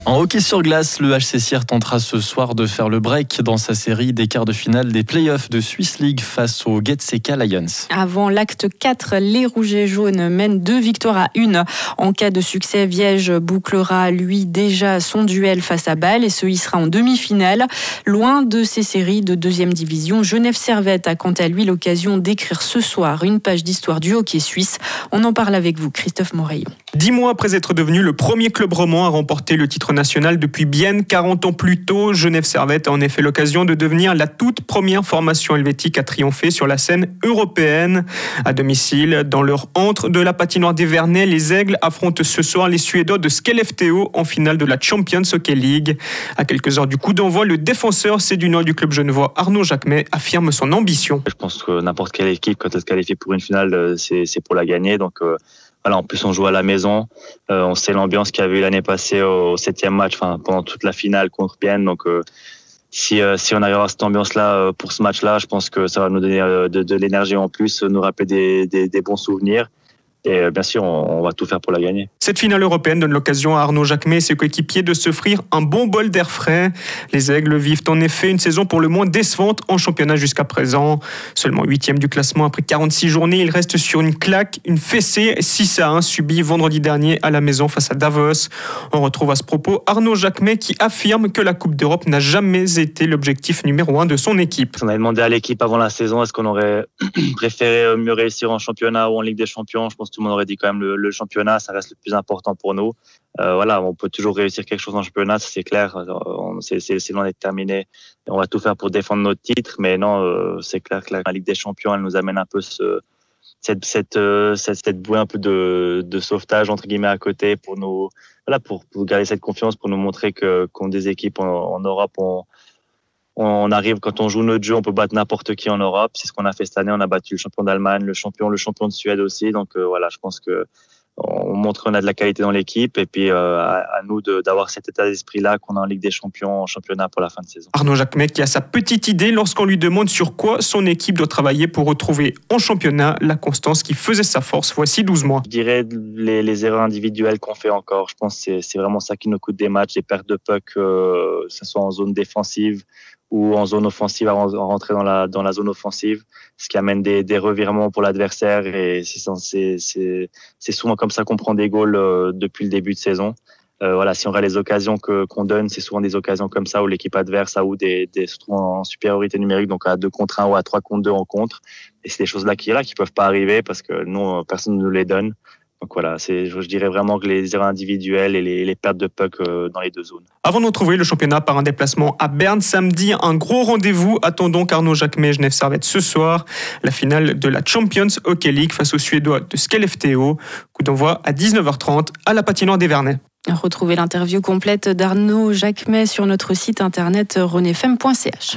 En hockey sur glace, le HC Sierre tentera ce soir de faire le break dans sa série des quarts de finale des playoffs de Swiss League face aux Getseka Lions. Avant l'acte 4, les Rouges et Jaunes mènent 2-1. En cas de succès, Viège bouclera lui déjà son duel face à Bâle et se hissera en demi-finale. Loin de ces séries de deuxième division, Genève Servette a quant à lui l'occasion d'écrire ce soir une page d'histoire du hockey suisse. On en parle avec vous, Christophe Moreillon. 10 mois après être devenu le premier club roman à remporter le titre national depuis Bienne, 40 ans plus tôt, Genève Servette a en effet l'occasion de devenir la toute première formation helvétique à triompher sur la scène européenne. À domicile, dans leur antre de la patinoire des Vernets, les Aigles affrontent ce soir les Suédois de Skellefteå en finale de la Champions Hockey League. À quelques heures du coup d'envoi, le défenseur sédunois du club genevois Arnaud Jacquemet affirme son ambition. Je pense que n'importe quelle équipe, quand elle se qualifie pour une finale, c'est pour la gagner. Donc voilà, en plus on joue à la maison. On sait l'ambiance qu'il y avait eu l'année passée au 7e match, pendant toute la finale contre Bienne. Donc si on arrive à avoir cette ambiance-là pour ce match-là, je pense que ça va nous donner de l'énergie en plus, nous rappeler des bons souvenirs. Et bien sûr, on va tout faire pour la gagner. Cette finale européenne donne l'occasion à Arnaud Jacquemet et ses coéquipiers de s'offrir un bon bol d'air frais. Les Aigles vivent en effet une saison pour le moins décevante en championnat jusqu'à présent. Seulement 8e du classement après 46 journées, ils restent sur une claque, une fessée 6-1 subie vendredi dernier à la maison face à Davos. On retrouve à ce propos Arnaud Jacquemet qui affirme que la Coupe d'Europe n'a jamais été l'objectif numéro 1 de son équipe. On avait demandé à l'équipe avant la saison, est-ce qu'on aurait préféré mieux réussir en championnat ou en Ligue des Champions. Je pense tout le monde aurait dit quand même le championnat, ça reste le plus important pour nous. Voilà, on peut toujours réussir quelque chose en championnat, ça c'est clair. C'est loin d'être terminé. On va tout faire pour défendre notre titre, mais non, c'est clair que la Ligue des Champions, elle nous amène un peu cette bouée un peu de sauvetage entre guillemets à côté pour nous, voilà, pour garder cette confiance, pour nous montrer que contre des équipes en Europe, on arrive, quand on joue notre jeu, on peut battre n'importe qui en Europe. C'est ce qu'on a fait cette année. On a battu le champion d'Allemagne, le champion de Suède aussi. Donc voilà, je pense que on montre qu'on a de la qualité dans l'équipe et puis à nous d'avoir cet état d'esprit-là qu'on a en Ligue des Champions, en championnat pour la fin de saison. Arnaud Jacquemet qui a sa petite idée lorsqu'on lui demande sur quoi son équipe doit travailler pour retrouver en championnat la constance qui faisait sa force voici 12 mois. Je dirais les erreurs individuelles qu'on fait encore. Je pense que c'est vraiment ça qui nous coûte des matchs, les pertes de puck, que ce soit en zone défensive ou en zone offensive, à rentrer dans la zone offensive, ce qui amène des revirements pour l'adversaire et c'est souvent comme ça qu'on prend des goals depuis le début de saison. Voilà, si on regarde les occasions qu'on donne, c'est souvent des occasions comme ça où l'équipe adverse a se trouve en supériorité numérique, donc à 2 contre 1 ou à 3 contre 2 en contre. Et c'est des choses là qui peuvent pas arriver parce que nous, personne ne nous les donne. Donc voilà, je dirais vraiment que les erreurs individuelles et les pertes de puck dans les deux zones. Avant de retrouver le championnat par un déplacement à Berne samedi, un gros rendez-vous attend donc Arnaud Jacquemet et Genève Servette ce soir. La finale de la Champions Hockey League face aux Suédois de Skellefteå. Coup d'envoi à 19h30 à la patinoire des Vernets. Retrouvez l'interview complète d'Arnaud Jacquemet sur notre site internet renefm.ch.